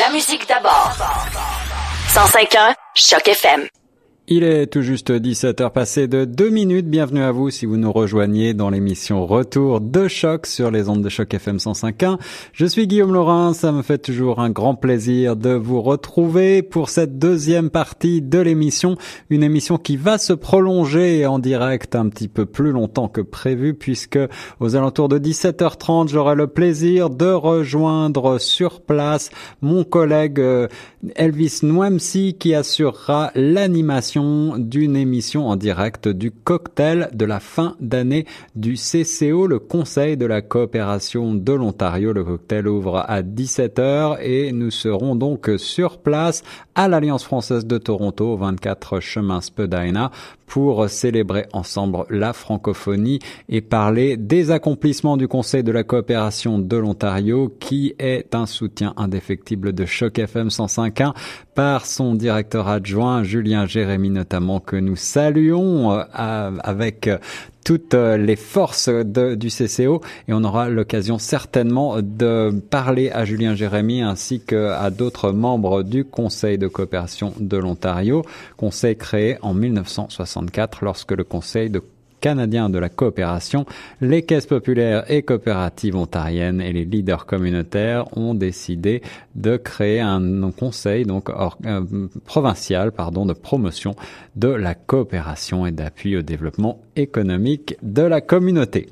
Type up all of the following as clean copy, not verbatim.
La musique d'abord. 105.1 Choc FM. Il est tout juste 17h passé de 2 minutes. Bienvenue à vous si vous nous rejoignez dans l'émission Retour de Choc sur les ondes de Choc FM 105.1. Je suis Guillaume Laurin, ça me fait toujours un grand plaisir de vous retrouver pour cette deuxième partie de l'émission. Une émission qui va se prolonger en direct un petit peu plus longtemps que prévu puisque aux alentours de 17h30, j'aurai le plaisir de rejoindre sur place mon collègue Elvis Nwamsi qui assurera l'animation d'une émission en direct du cocktail de la fin d'année du CCO, le Conseil de la coopération de l'Ontario. Le cocktail ouvre à 17h et nous serons donc sur place à l'Alliance française de Toronto, 24 chemin Spadina, pour célébrer ensemble la francophonie et parler des accomplissements du Conseil de la coopération de l'Ontario, qui est un soutien indéfectible de Choc FM 105.1 par son directeur adjoint Julien Jérémy notamment, que nous saluons avec toutes les forces du CCO, et on aura l'occasion certainement de parler à Julien Jérémy ainsi qu'à d'autres membres du Conseil de coopération de l'Ontario, conseil créé en 1964 lorsque le Conseil canadien de la coopération, les caisses populaires et coopératives ontariennes et les leaders communautaires ont décidé de créer un conseil provincial de promotion de la coopération et d'appui au développement économique de la communauté.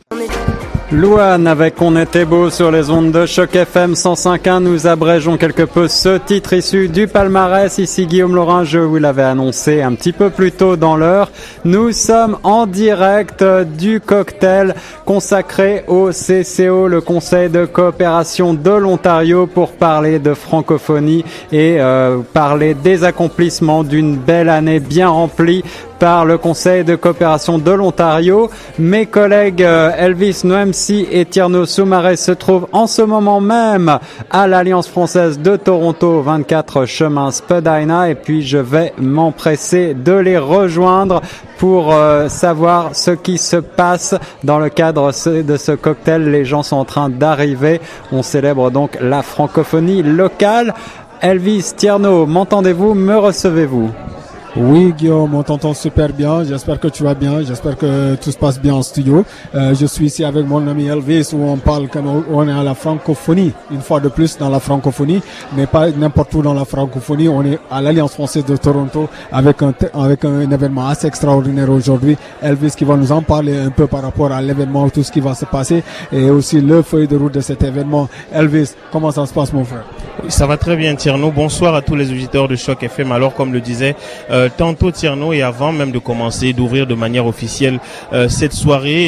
Louane avec On était beau sur les ondes de Choc FM 105.1. Nous abrégeons quelque peu ce titre issu du palmarès. Ici Guillaume Laurin, je vous l'avais annoncé un petit peu plus tôt dans l'heure. Nous sommes en direct du cocktail consacré au CCO, le Conseil de coopération de l'Ontario, pour parler de francophonie et parler des accomplissements d'une belle année bien remplie par le Conseil de coopération de l'Ontario. Mes collègues Elvis Nwamsi et Tierno Soumaré se trouvent en ce moment même à l'Alliance française de Toronto, 24 chemin Spadina, et puis je vais m'empresser de les rejoindre pour savoir ce qui se passe dans le cadre de ce cocktail. Les gens sont en train d'arriver. On célèbre donc la francophonie locale. Elvis, Tierno, m'entendez-vous? Me recevez-vous? Oui, Guillaume, on t'entend super bien. J'espère que tu vas bien. J'espère que tout se passe bien en studio. Je suis ici avec mon ami Elvis, où on parle comme on est à la francophonie. Une fois de plus dans la francophonie, mais pas n'importe où dans la francophonie. On est à l'Alliance française de Toronto avec un événement assez extraordinaire aujourd'hui. Elvis qui va nous en parler un peu par rapport à l'événement, tout ce qui va se passer, et aussi le feuille de route de cet événement. Elvis, comment ça se passe, mon frère? Ça va très bien, Tierno. Bonsoir à tous les auditeurs de Choc FM. Alors, comme le disait tantôt Tierno, et avant même de commencer, d'ouvrir de manière officielle cette soirée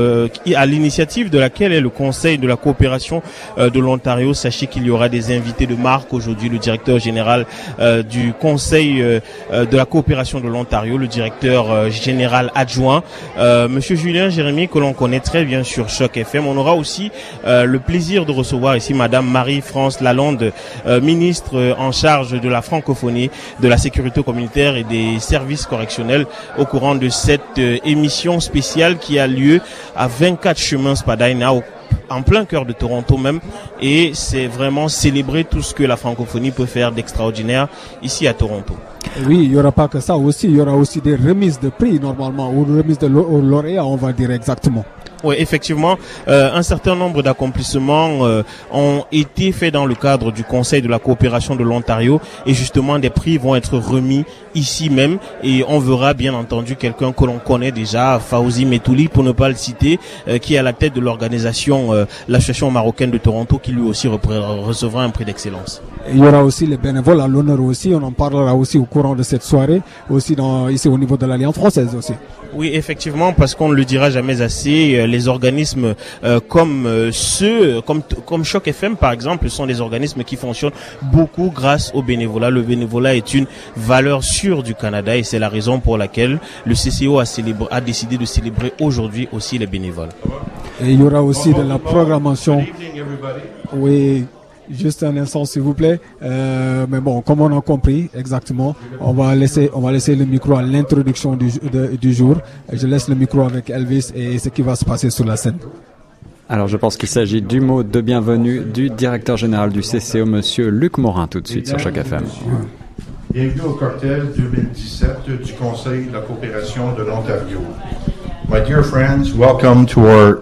à l'initiative de laquelle est le Conseil de la coopération de l'Ontario, sachez qu'il y aura des invités de marque aujourd'hui. Le directeur général du Conseil de la coopération de l'Ontario, le directeur général adjoint, Monsieur Julien Jérémy, que l'on connaît très bien sur Choc FM. On aura aussi le plaisir de recevoir ici Madame Marie-France Lalonde, ministre en charge de la francophonie, de la sécurité communautaire et des services correctionnels, au courant de cette émission spéciale qui a lieu à 24 chemin Spadina, en plein cœur de Toronto même, et c'est vraiment célébrer tout ce que la francophonie peut faire d'extraordinaire ici à Toronto. Oui, il y aura pas que ça aussi, il y aura aussi des remises de prix normalement, ou remises de lauréats, on va dire exactement. Oui, effectivement, un certain nombre d'accomplissements ont été faits dans le cadre du Conseil de la coopération de l'Ontario, et justement des prix vont être remis ici même, et on verra bien entendu quelqu'un que l'on connaît déjà, Fawzi Metouli pour ne pas le citer, qui est à la tête de l'organisation, l'association marocaine de Toronto, qui lui aussi recevra un prix d'excellence. Il y aura aussi les bénévoles à l'honneur aussi, on en parlera aussi au courant de cette soirée, aussi ici au niveau de l'Alliance française aussi. Oui, effectivement, parce qu'on ne le dira jamais assez, les organismes comme Choc FM par exemple sont des organismes qui fonctionnent beaucoup grâce au bénévolat. Le bénévolat est une valeur sûre du Canada, et c'est la raison pour laquelle le CCO a décidé de célébrer aujourd'hui aussi les bénévoles. Et il y aura aussi de la programmation. Oui. Juste un instant s'il vous plaît, mais bon, comme on a compris exactement, on va laisser le micro à l'introduction du jour. Je laisse le micro avec Elvis et ce qui va se passer sur la scène. Alors je pense qu'il s'agit du mot de bienvenue du directeur général du CCO, Monsieur Luc Morin, tout de suite sur Choc FM. Bienvenue au cocktail 2017 du Conseil de la coopération de l'Ontario. My dear friends, welcome to our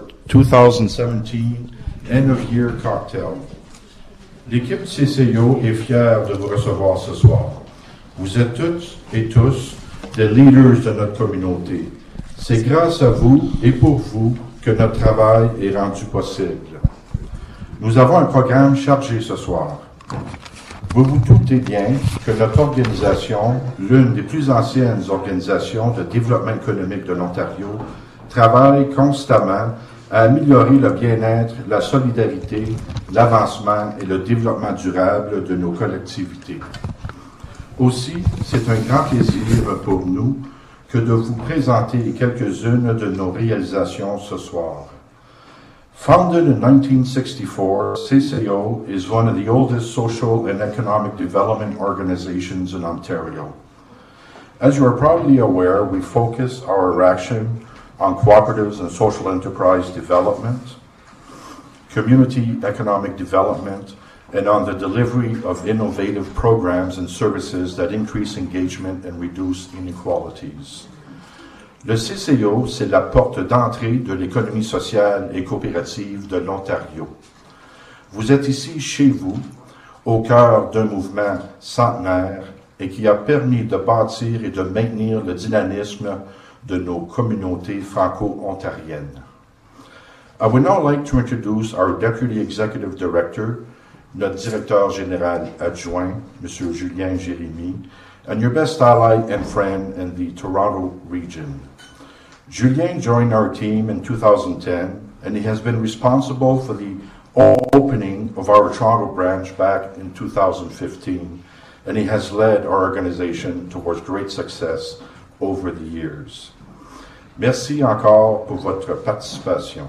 2017 end-of-year cocktail. L'équipe CCO est fière de vous recevoir ce soir. Vous êtes toutes et tous des leaders de notre communauté. C'est grâce à vous et pour vous que notre travail est rendu possible. Nous avons un programme chargé ce soir. Vous vous doutez bien que notre organisation, l'une des plus anciennes organisations de développement économique de l'Ontario, travaille constamment à améliorer le bien-être, la solidarité, l'avancement et le développement durable de nos collectivités. Aussi, c'est un grand plaisir pour nous que de vous présenter quelques-unes de nos réalisations ce soir. Founded in 1964, CCO is one of the oldest social and economic development organizations in Ontario. As you are probably aware, we focus our action on cooperatives and social enterprise development, community economic development, and on the delivery of innovative programs and services that increase engagement and reduce inequalities. Le CCO, c'est la porte d'entrée de l'économie sociale et coopérative de l'Ontario. Vous êtes ici chez vous, au cœur d'un mouvement centenaire et qui a permis de bâtir et de maintenir le dynamisme de nos communautés franco-ontariennes. I would now like to introduce our Deputy Executive Director, notre directeur général adjoint, M. Julien Jérémy, and your best ally and friend in the Toronto region. Julien joined our team in 2010, and he has been responsible for the opening of our Toronto branch back in 2015, and he has led our organization towards great success over the years. Merci encore pour votre participation.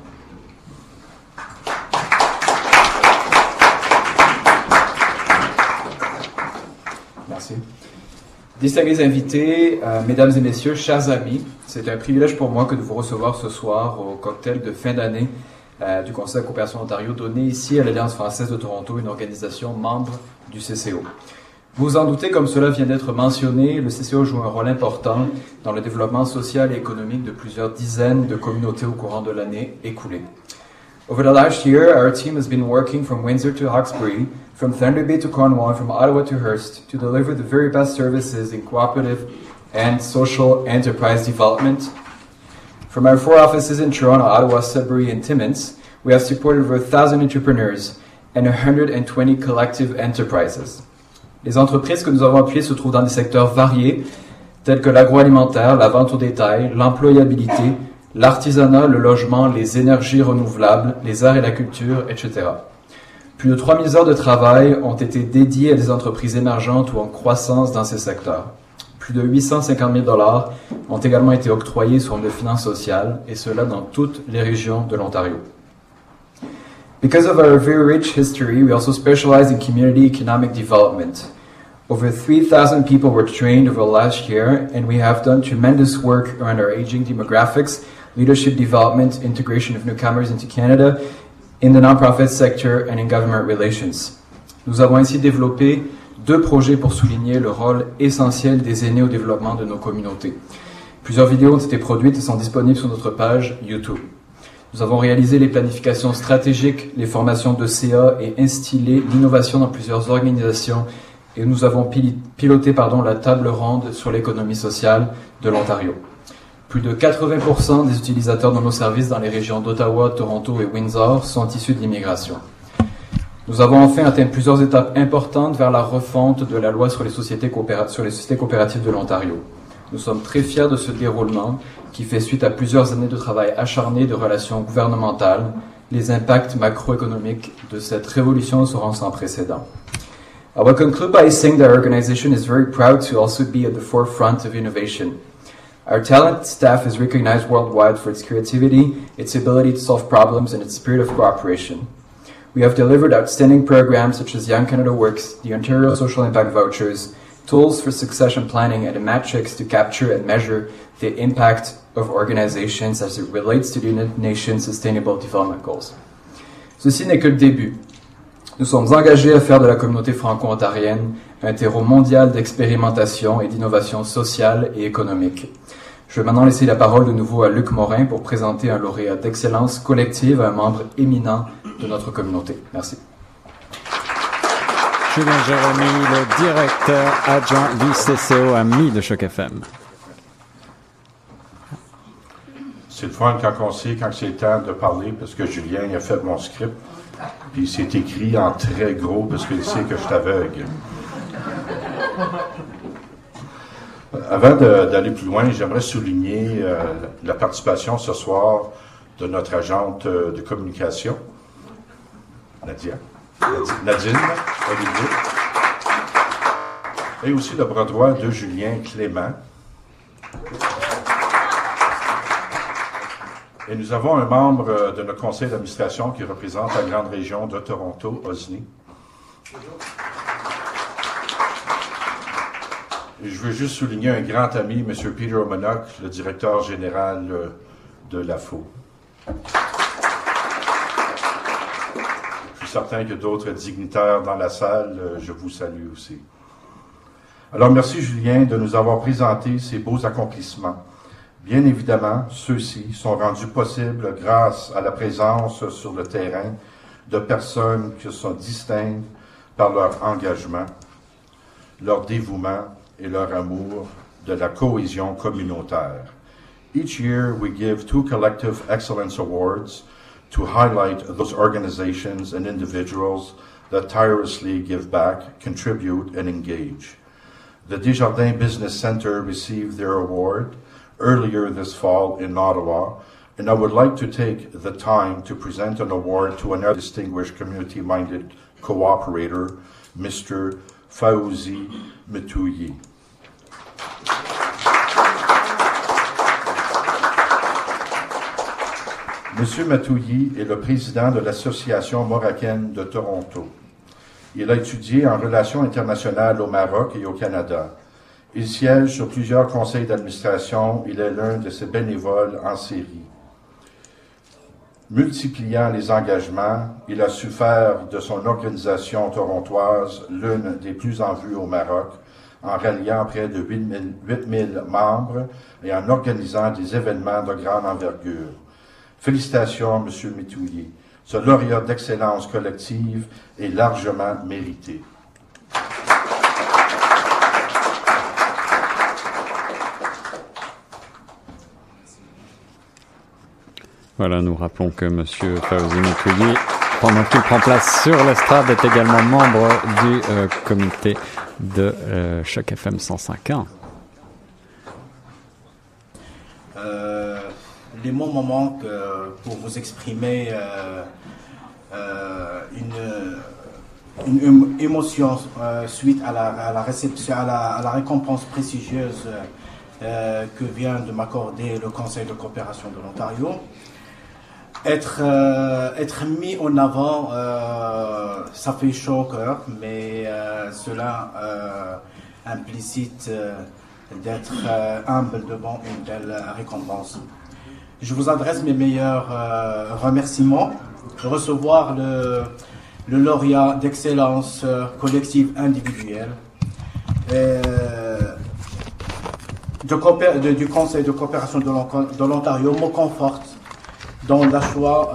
Merci. Distingués invités, mesdames et messieurs, chers amis, c'est un privilège pour moi que de vous recevoir ce soir au cocktail de fin d'année du Conseil de coopération d'Ontario donné ici à l'Alliance française de Toronto, une organisation membre du CCO. Vous vous en doutez, comme cela vient d'être mentionné, le CCO joue un rôle important dans le développement social et économique de plusieurs dizaines de communautés au courant de l'année écoulée. Over the last year, our team has been working from Windsor to Hawkesbury, from Thunder Bay to Cornwall, from Ottawa to Hearst, to deliver the very best services in cooperative and social enterprise development. From our 4 offices in Toronto, Ottawa, Sudbury, and Timmins, we have supported over 1,000 entrepreneurs and 120 collective enterprises. Les entreprises que nous avons appuyées se trouvent dans des secteurs variés, tels que l'agroalimentaire, la vente au détail, l'employabilité, l'artisanat, le logement, les énergies renouvelables, les arts et la culture, etc. Plus de 3000 heures de travail ont été dédiées à des entreprises émergentes ou en croissance dans ces secteurs. Plus de 850 000 $ ont également été octroyés sur le finance sociale, et cela dans toutes les régions de l'Ontario. Because of our very rich history, we also specialize in community economic development. Over 3,000 people were trained over the last year, and we have done tremendous work around our aging demographics, leadership development, integration of newcomers into Canada, in the non-profit sector and in government relations. Nous avons ainsi développé 2 projets pour souligner le rôle essentiel des aînés au développement de nos communautés. Plusieurs vidéos ont été produites et sont disponibles sur notre page YouTube. Nous avons réalisé les planifications stratégiques, les formations de CA et instillé l'innovation dans plusieurs organisations, et nous avons piloté la table ronde sur l'économie sociale de l'Ontario. Plus de 80% des utilisateurs de nos services dans les régions d'Ottawa, Toronto et Windsor sont issus de l'immigration. Nous avons enfin atteint plusieurs étapes importantes vers la refonte de la loi sur les sociétés coopératives de l'Ontario. Nous sommes très fiers de ce déroulement qui fait suite à plusieurs années de travail acharné de relations gouvernementales. Les impacts macroéconomiques de cette révolution seront sans précédent. I will conclude by saying that our organization is very proud to also be at the forefront of innovation. Our talented staff is recognized worldwide for its creativity, its ability to solve problems, and its spirit of cooperation. We have delivered outstanding programs such as Young Canada Works, the Ontario Social Impact Vouchers, tools for succession planning, and metrics to capture and measure the impact of organizations as it relates to the United Nations Sustainable Development Goals. Ceci n'est que le début. Nous sommes engagés à faire de la communauté franco-ontarienne un terreau mondial d'expérimentation et d'innovation sociale et économique. Je vais maintenant laisser la parole de nouveau à Luc Morin pour présenter un lauréat d'excellence collective à un membre éminent de notre communauté. Merci. Julien Jérémy, le directeur adjoint du CCO ami de Choc FM. C'est le fun quand on sait, quand c'est le temps de parler, parce que Julien il a fait mon script, puis c'est écrit en très gros parce qu'il sait que je suis aveugle. Avant d'aller plus loin, j'aimerais souligner la participation ce soir de notre agente de communication, Nadine, Olivier, et aussi le bras droit de Julien, Clément. Et nous avons un membre de notre conseil d'administration qui représente la grande région de Toronto, OSNI. Et je veux juste souligner un grand ami, M. Peter O'Manock, le directeur général de l'AFO. Je suis certain que d'autres dignitaires dans la salle, je vous salue aussi. Alors, merci Julien de nous avoir présenté ces beaux accomplissements. Bien évidemment, ceux-ci sont rendus possibles grâce à la présence sur le terrain de personnes qui sont distinctes par leur engagement, leur dévouement et leur amour de la cohésion communautaire. Each year, we give 2 Collective Excellence Awards to highlight those organizations and individuals that tirelessly give back, contribute, and engage. The Desjardins Business Center received their award earlier this fall in Ottawa, and I would like to take the time to present an award to another distinguished community-minded cooperator, Mr. Fauzi Metouyi. M. Matouyi est le président de l'Association marocaine de Toronto. Il a étudié en relations internationales au Maroc et au Canada. Il siège sur plusieurs conseils d'administration. Il est l'un de ces bénévoles en série. Multipliant les engagements, il a su faire de son organisation torontoise l'une des plus en vue au Maroc, en ralliant près de 8000 membres et en organisant des événements de grande envergure. Félicitations, M. Metouyi. Ce lauréat d'excellence collective est largement mérité. Voilà, nous rappelons que M. Fauzi Metouyi, pendant qu'il prend place sur l'estrade, est également membre du comité de Choc FM 105.1. Les mots me manquent pour vous exprimer une émotion suite à la réception, à la récompense prestigieuse que vient de m'accorder le Conseil de coopération de l'Ontario. Être mis en avant, ça fait chaud au cœur, mais cela implicite d'être humble devant une telle récompense. Je vous adresse mes meilleurs remerciements de recevoir le lauréat d'excellence collective individuelle du Conseil de coopération de l'Ontario me conforte dans le choix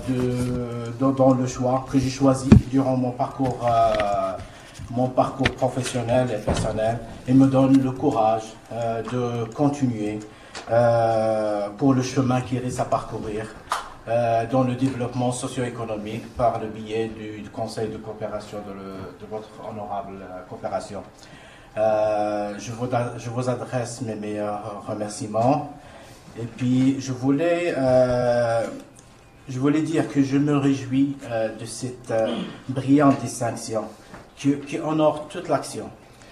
que j'ai choisi durant mon parcours professionnel et personnel et me donne le courage de continuer pour le chemin qui reste à parcourir dans le développement socio-économique par le biais du Conseil de coopération de votre honorable coopération. Je vous adresse mes meilleurs remerciements. Et puis, je voulais dire que je me réjouis de cette brillante distinction qui honore toute l'action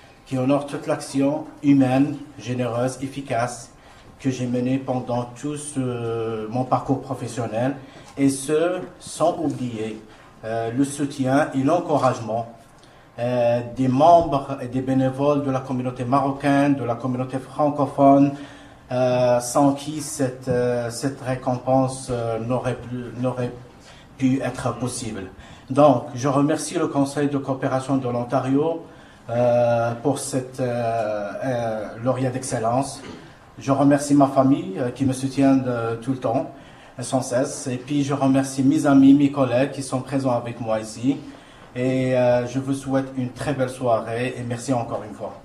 humaine, généreuse, efficace que j'ai menée pendant tout mon parcours professionnel, et ce, sans oublier le soutien et l'encouragement des membres et des bénévoles de la communauté marocaine, de la communauté francophone, sans qui cette récompense n'aurait pu être possible. Donc, je remercie le Conseil de coopération de l'Ontario pour cette lauréat d'excellence. Je remercie ma famille qui me soutient tout le temps, sans cesse. Et puis, je remercie mes amis, mes collègues qui sont présents avec moi ici. Et je vous souhaite une très belle soirée et merci encore une fois.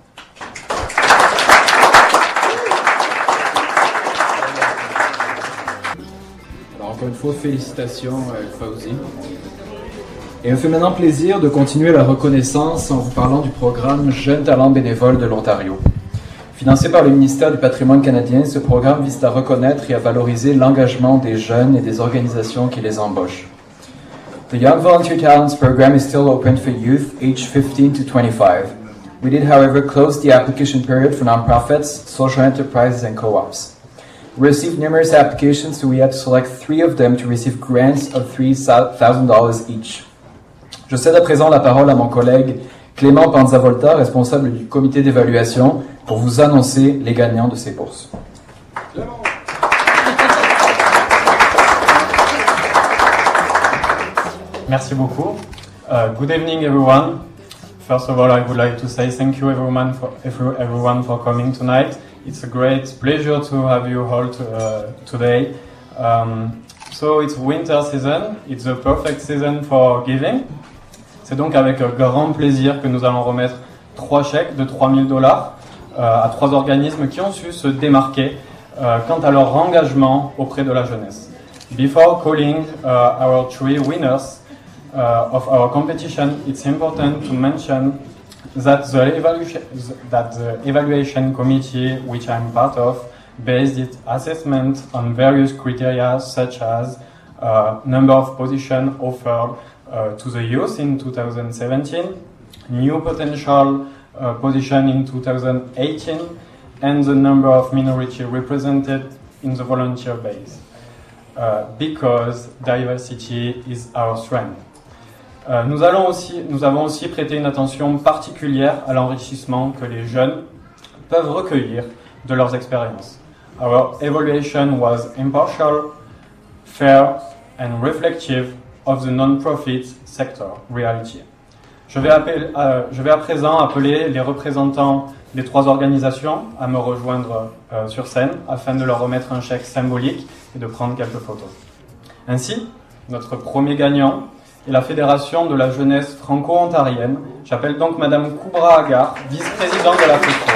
Alors, encore une fois, félicitations Fauzi. Et il me fait maintenant plaisir de continuer la reconnaissance en vous parlant du programme Jeunes Talents Bénévoles de l'Ontario. Financé par le ministère du Patrimoine canadien, ce programme vise à reconnaître et à valoriser l'engagement des jeunes et des organisations qui les embauchent. The Young Volunteer Talents program is still open for youth aged 15 to 25. We did, however, close the application period for nonprofits, social enterprises, and co-ops. We received numerous applications, so we had to select 3 of them to receive grants of $3,000 each. Je cède à présent la parole à mon collègue Clément Panzavolta, responsable du comité d'évaluation, pour vous annoncer les gagnants de ces bourses. Merci beaucoup. Good evening, everyone. First of all, I would like to say thank you, everyone for coming tonight. It's a great pleasure to have you all today. So it's winter season. It's the perfect season for giving. C'est donc avec grand plaisir que nous allons remettre 3 chèques de $3,000 à 3 organismes qui ont su se démarquer quant à leur engagement auprès de la jeunesse. Before calling our 3 winners of our competition, it's important to mention that the evaluation committee, which I'm part of, based its assessment on various criteria such as number of positions offered to the youth in 2017, new potential position in 2018, and the number of minority represented in the volunteer base, because diversity is our strength. Nous avons aussi prêté une attention particulière à l'enrichissement que les jeunes peuvent recueillir de leurs expériences. Our evaluation was impartial, fair, and reflective of the non-profit sector reality. Je vais à présent appeler les représentants des 3 organisations à me rejoindre sur scène afin de leur remettre un chèque symbolique et de prendre quelques photos. Ainsi, notre premier gagnant est la Fédération de la jeunesse franco-ontarienne. J'appelle donc Madame Koubra Agar, vice-présidente de la FEFRO.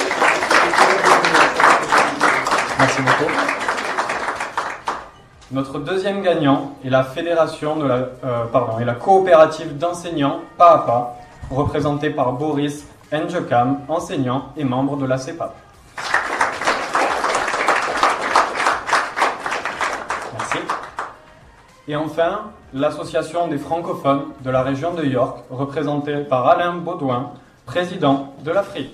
Merci beaucoup. Notre deuxième gagnant est la fédération et la coopérative d'enseignants Pas à Pas, représentée par Boris Njekam, enseignant et membre de la CEPAP. Merci. Et enfin, l'association des francophones de la région de York, représentée par Alain Baudouin, président de la FRI.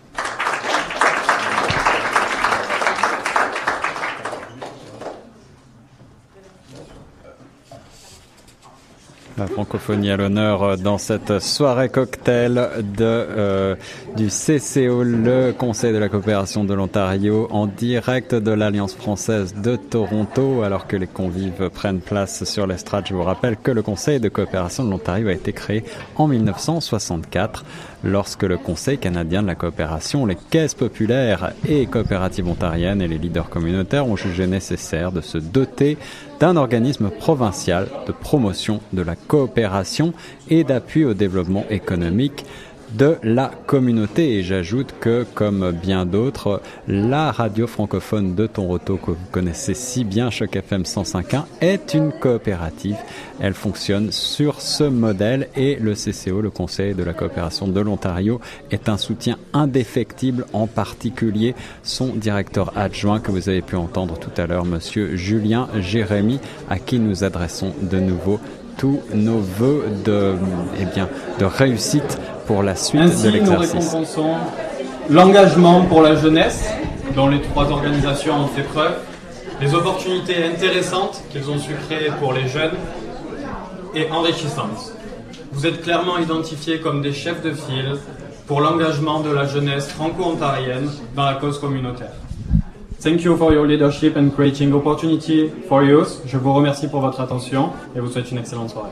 La francophonie à l'honneur dans cette soirée cocktail du CCO, le Conseil de la coopération de l'Ontario, en direct de l'Alliance française de Toronto. Alors que les convives prennent place sur l'estrade, je vous rappelle que le Conseil de coopération de l'Ontario a été créé en 1964 lorsque le Conseil canadien de la coopération, les caisses populaires et coopératives ontariennes et les leaders communautaires ont jugé nécessaire de se doter d'un organisme provincial de promotion de la coopération et d'appui au développement économique de la communauté. Et j'ajoute que, comme bien d'autres, la radio francophone de Toronto, que vous connaissez si bien, Choc FM 105.1, est une coopérative. Elle fonctionne sur ce modèle et le CCO, le Conseil de la coopération de l'Ontario, est un soutien indéfectible, en particulier son directeur adjoint que vous avez pu entendre tout à l'heure, monsieur Julien Jérémy, à qui nous adressons de nouveau tous nos vœux de réussite pour la suite de l'exercice. Nous récompensons l'engagement pour la jeunesse, dont les 3 organisations ont fait preuve, les opportunités intéressantes qu'ils ont su créer pour les jeunes et enrichissantes. Vous êtes clairement identifiés comme des chefs de file pour l'engagement de la jeunesse franco-ontarienne dans la cause communautaire. Thank you for your leadership and creating opportunity for youth. Je vous remercie pour votre attention et vous souhaite une excellente soirée.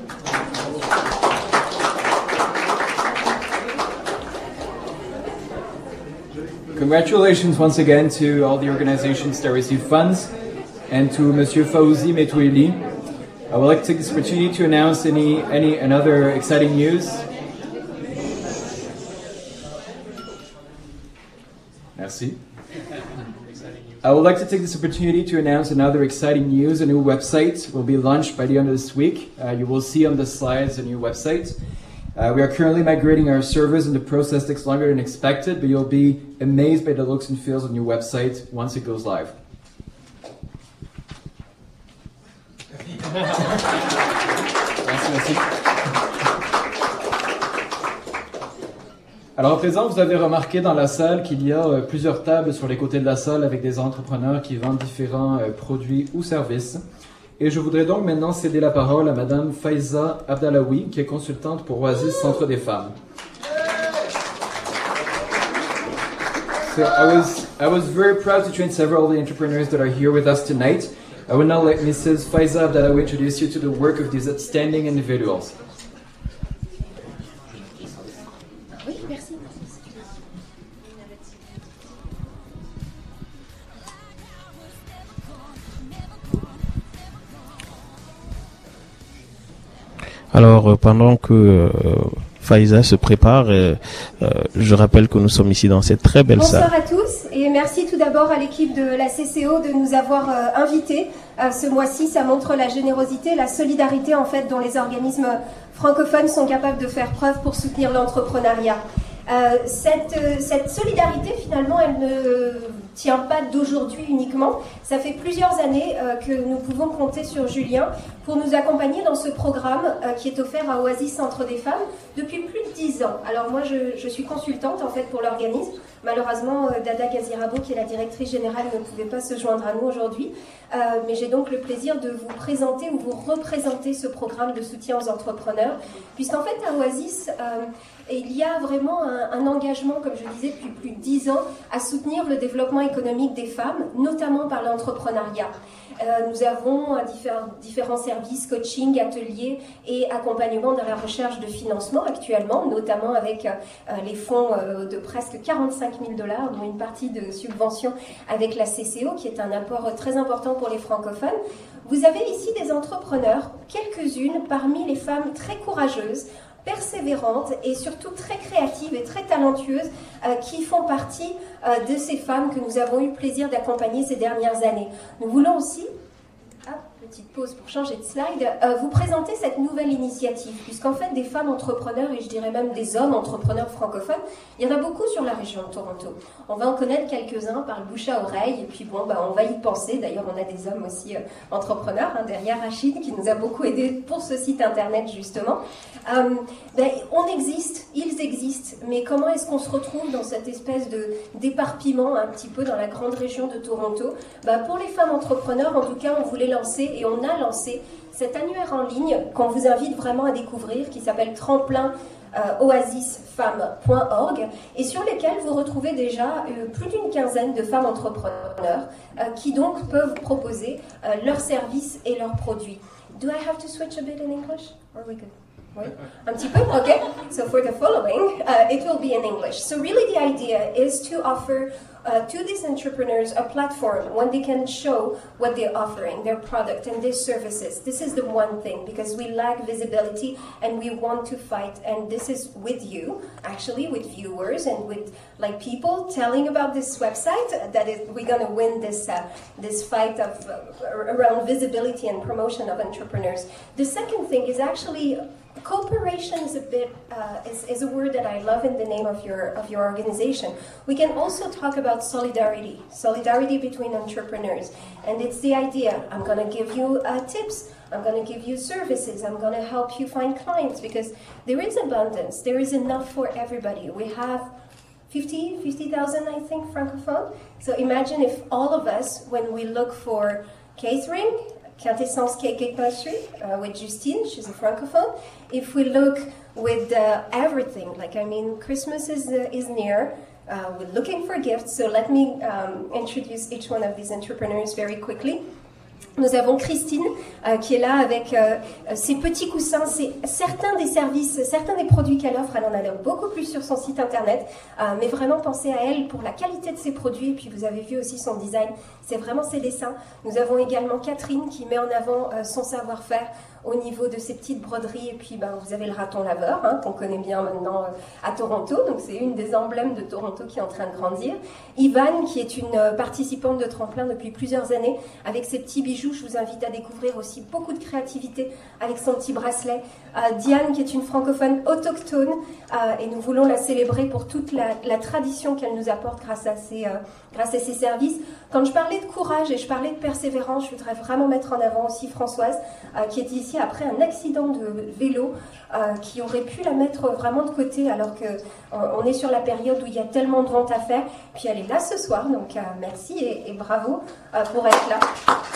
Congratulations once again to all the organizations that received funds and to Monsieur Fawzi Metoueli. I would like to take this opportunity to announce another exciting news. Merci. I would like to take this opportunity to announce another exciting news. A new website will be launched by the end of this week. You will see on the slides a new website. We are currently migrating our servers, and the process takes longer than expected, but you'll be amazed by the looks and feels of the new website once it goes live. Merci. Alors à présent, vous avez remarqué dans la salle qu'il y a plusieurs tables sur les côtés de la salle avec des entrepreneurs qui vendent différents produits ou services. Et je voudrais donc maintenant céder la parole à Madame Faiza Abdallaoui, qui est consultante pour Oasis Centre des Femmes. So I was very proud to train several of the entrepreneurs that are here with us tonight. I will now let Mrs. Faiza Abdallaoui introduce you to the work of these outstanding individuals. Oui, merci. Alors, pendant que Faiza se prépare, je rappelle que nous sommes ici dans cette très belle salle. Bonsoir à tous et merci tout d'abord à l'équipe de la CCO de nous avoir invités. Ce mois-ci, ça montre la générosité, la solidarité en fait dont les organismes francophones sont capables de faire preuve pour soutenir l'entrepreneuriat. Cette solidarité, finalement, elle ne tient pas d'aujourd'hui uniquement. Ça fait plusieurs années que nous pouvons compter sur Julien pour nous accompagner dans ce programme qui est offert à Oasis Centre des Femmes depuis plus de 10 ans. Alors moi, je suis consultante en fait pour l'organisme. Malheureusement, Dada Gazirabo, qui est la directrice générale, ne pouvait pas se joindre à nous aujourd'hui. Mais j'ai donc le plaisir de vous présenter ou vous représenter ce programme de soutien aux entrepreneurs. Puisqu'en fait, à Oasis, il y a vraiment un engagement, comme je disais, depuis plus de 10 ans, à soutenir le développement économique des femmes, notamment par l'entrepreneuriat. Nous avons différents services, coaching, ateliers et accompagnement dans la recherche de financement actuellement, notamment avec les fonds de presque 45 000 $, dont une partie de subvention avec la CCO, qui est un apport très important pour les francophones. Vous avez ici des entrepreneurs, quelques-unes parmi les femmes très courageuses, persévérantes et surtout très créatives et très talentueuses qui font partie de ces femmes que nous avons eu le plaisir d'accompagner ces dernières années. Nous voulons aussi, petite pause pour changer de slide, vous présenter cette nouvelle initiative, puisqu'en fait des femmes entrepreneurs, et je dirais même des hommes entrepreneurs francophones, il y en a beaucoup sur la région de Toronto. On va en connaître quelques-uns par le bouche à oreille, et puis bon, on va y penser. D'ailleurs, on a des hommes aussi entrepreneurs, derrière Rachid, qui nous a beaucoup aidé pour ce site internet justement. On existe, ils existent, mais comment est-ce qu'on se retrouve dans cette espèce d'éparpillement un petit peu dans la grande région de Toronto? Pour les femmes entrepreneurs, en tout cas, on voulait lancer, et on a lancé cet annuaire en ligne qu'on vous invite vraiment à découvrir, qui s'appelle Tremplin oasisfemmes.org, et sur lesquels vous retrouvez déjà plus d'une quinzaine de femmes entrepreneurs qui donc peuvent proposer leurs services et leurs produits. Do I have to switch a bit in English? Or are we good? Wait, un petit peu? Okay. So for the following, it will be in English. So really the idea is to offer to these entrepreneurs a platform when they can show what they're offering, their product and their services. This is the one thing, because we lack visibility and we want to fight, and this is with you, actually, with viewers and with people telling about this website, that is, we're going to win this fight of around visibility and promotion of entrepreneurs. The second thing is actually cooperation is is a word that I love in the name of your organization. We can also talk about solidarity between entrepreneurs, and it's the idea. I'm going to give you tips. I'm going to give you services. I'm going to help you find clients, because there is abundance. There is enough for everybody. We have 50,000, I think, francophone. So imagine if all of us, when we look for catering, Quintessence Cake Pastry with Justine, she's a francophone. If we look with everything. Like, I mean, Christmas is near. We're looking for gifts, so let me introduce each one of these entrepreneurs very quickly. Nous avons Christine qui est là avec ses petits coussins. C'est certains des services, certains des produits qu'elle offre. Elle en a beaucoup plus sur son site internet, mais vraiment pensez à elle pour la qualité de ses produits. Et puis vous avez vu aussi son design, c'est vraiment ses dessins. Nous avons également Catherine qui met en avant son savoir-faire au niveau de ses petites broderies. Et puis vous avez le raton laveur qu'on connaît bien maintenant à Toronto. Donc c'est une des emblèmes de Toronto qui est en train de grandir. Ivan qui est une participante de tremplin depuis plusieurs années avec ses petits bijoux. Je vous invite à découvrir aussi beaucoup de créativité avec son petit bracelet. Diane qui est une francophone autochtone et nous voulons la célébrer pour toute la tradition qu'elle nous apporte grâce à ses services. Quand je parlais de courage et je parlais de persévérance, je voudrais vraiment mettre en avant aussi Françoise qui est ici après un accident de vélo qui aurait pu la mettre vraiment de côté alors qu'on est sur la période où il y a tellement de ventes à faire. Puis elle est là ce soir, donc merci et bravo pour être là.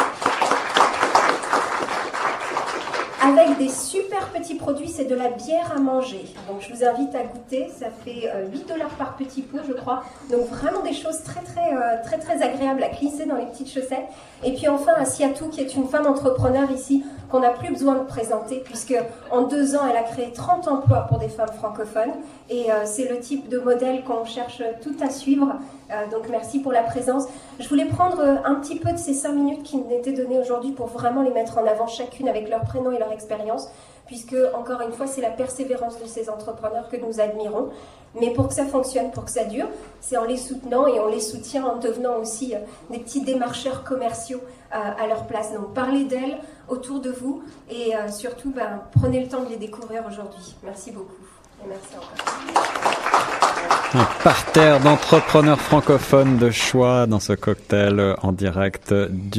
Avec des super petits produits, c'est de la bière à manger. Donc je vous invite à goûter, ça fait $8 par petit pot je crois. Donc vraiment des choses très agréables à glisser dans les petites chaussettes. Et puis enfin Asiatou qui est une femme entrepreneur ici qu'on n'a plus besoin de présenter puisque en 2 ans elle a créé 30 emplois pour des femmes francophones. Et c'est le type de modèle qu'on cherche tout à suivre. Donc merci pour la présence. Je voulais prendre un petit peu de ces 5 minutes qui m'étaient données aujourd'hui pour vraiment les mettre en avant chacune avec leur prénom et leur expérience, puisque encore une fois c'est la persévérance de ces entrepreneurs que nous admirons. Mais pour que ça fonctionne, pour que ça dure, c'est en les soutenant et on les soutient en devenant aussi des petits démarcheurs commerciaux à leur place. Donc parlez d'elles autour de vous et surtout prenez le temps de les découvrir aujourd'hui. Merci beaucoup et merci encore. Un parterre d'entrepreneurs francophones de choix dans ce cocktail en direct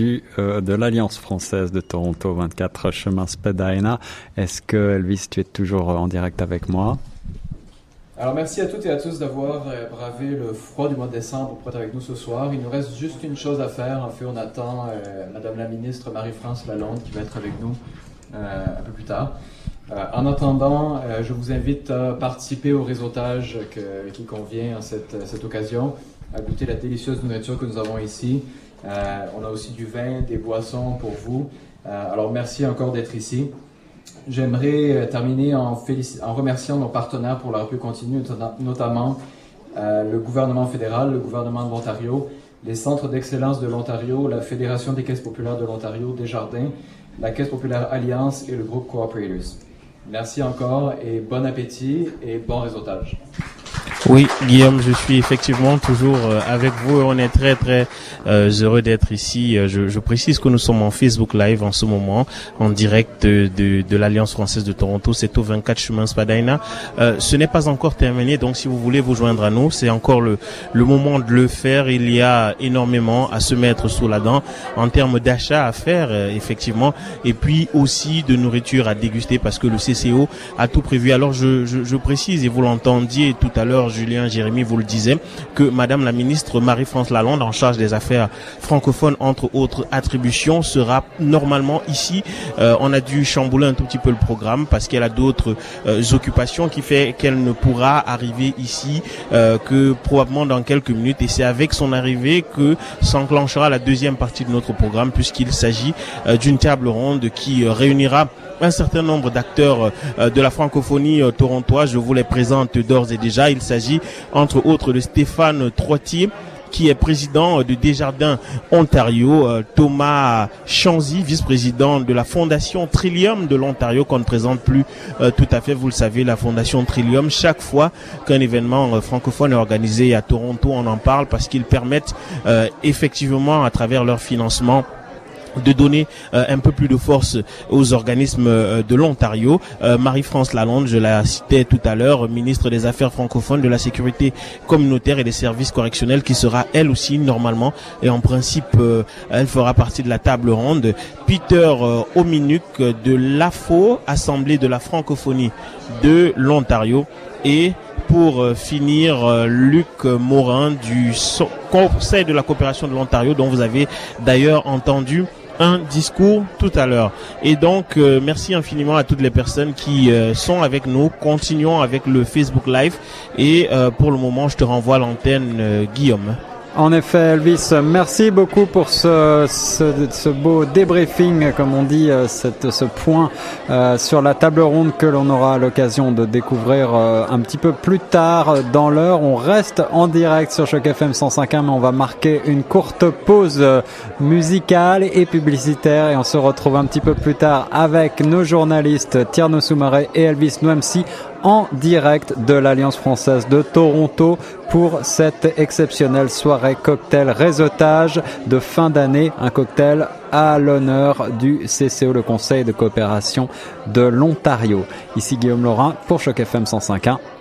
de l'Alliance française de Toronto, 24 chemin Spadina. Est-ce que Elvis, tu es toujours en direct avec moi? Alors merci à toutes et à tous d'avoir bravé le froid du mois de décembre pour être avec nous ce soir. Il nous reste juste une chose à faire. En fait, on attend Madame la ministre Marie-France Lalonde qui va être avec nous un peu plus tard. En attendant, je vous invite à participer au réseautage qui convient à cette occasion, à goûter la délicieuse nourriture que nous avons ici. On a aussi du vin, des boissons pour vous. Alors merci encore d'être ici. J'aimerais terminer en remerciant nos partenaires pour leur appui continu, notamment le gouvernement fédéral, le gouvernement de l'Ontario, les centres d'excellence de l'Ontario, la Fédération des caisses populaires de l'Ontario, Desjardins, la Caisse populaire Alliance et le groupe Cooperators. Merci encore et bon appétit et bon réseautage. Oui, Guillaume, je suis effectivement toujours avec vous et on est très heureux d'être ici. Je précise que nous sommes en Facebook Live en ce moment, en direct de l'Alliance française de Toronto. C'est au 24 chemin Spadina. Ce n'est pas encore terminé, donc si vous voulez vous joindre à nous, c'est encore le moment de le faire. Il y a énormément à se mettre sous la dent en termes d'achats à faire, effectivement, et puis aussi de nourriture à déguster parce que le CCO a tout prévu. Alors je précise, et vous l'entendiez tout à l'heure, Julien, Jérémy vous le disait, que Madame la ministre Marie-France Lalonde, en charge des affaires francophones, entre autres attributions, sera normalement ici. On a dû chambouler un tout petit peu le programme parce qu'elle a d'autres occupations qui fait qu'elle ne pourra arriver ici que probablement dans quelques minutes. Et c'est avec son arrivée que s'enclenchera la deuxième partie de notre programme puisqu'il s'agit d'une table ronde qui réunira un certain nombre d'acteurs de la francophonie torontoise. Je vous les présente d'ores et déjà. Il s'agit entre autres de Stéphane Trottier, qui est président de Desjardins Ontario, Thomas Chanzy, vice-président de la Fondation Trillium de l'Ontario, qu'on ne présente plus tout à fait. Vous le savez, la Fondation Trillium, chaque fois qu'un événement francophone est organisé à Toronto, on en parle parce qu'ils permettent effectivement, à travers leur financement, de donner un peu plus de force aux organismes de l'Ontario. Marie-France Lalonde, je la citais tout à l'heure, ministre des Affaires francophones, de la sécurité communautaire et des services correctionnels, qui sera elle aussi normalement et en principe elle fera partie de la table ronde. Peter Ominuk de l'AFO, Assemblée de la francophonie de l'Ontario, et pour finir, Luc Morin du Conseil de la coopération de l'Ontario, dont vous avez d'ailleurs entendu un discours tout à l'heure. Et donc, merci infiniment à toutes les personnes qui sont avec nous. Continuons avec le Facebook Live. Et pour le moment, je te renvoie à l'antenne, Guillaume. En effet, Elvis, merci beaucoup pour ce beau débriefing, comme on dit, ce point sur la table ronde que l'on aura l'occasion de découvrir un petit peu plus tard dans l'heure. On reste en direct sur Choc FM 105.1, mais on va marquer une courte pause musicale et publicitaire et on se retrouve un petit peu plus tard avec nos journalistes Tierno Soumaré et Elvis Nouamsi en direct de l'Alliance française de Toronto pour cette exceptionnelle soirée cocktail réseautage de fin d'année, un cocktail à l'honneur du CCO, le Conseil de coopération de l'Ontario. Ici Guillaume Laurin pour Choc FM 105.1.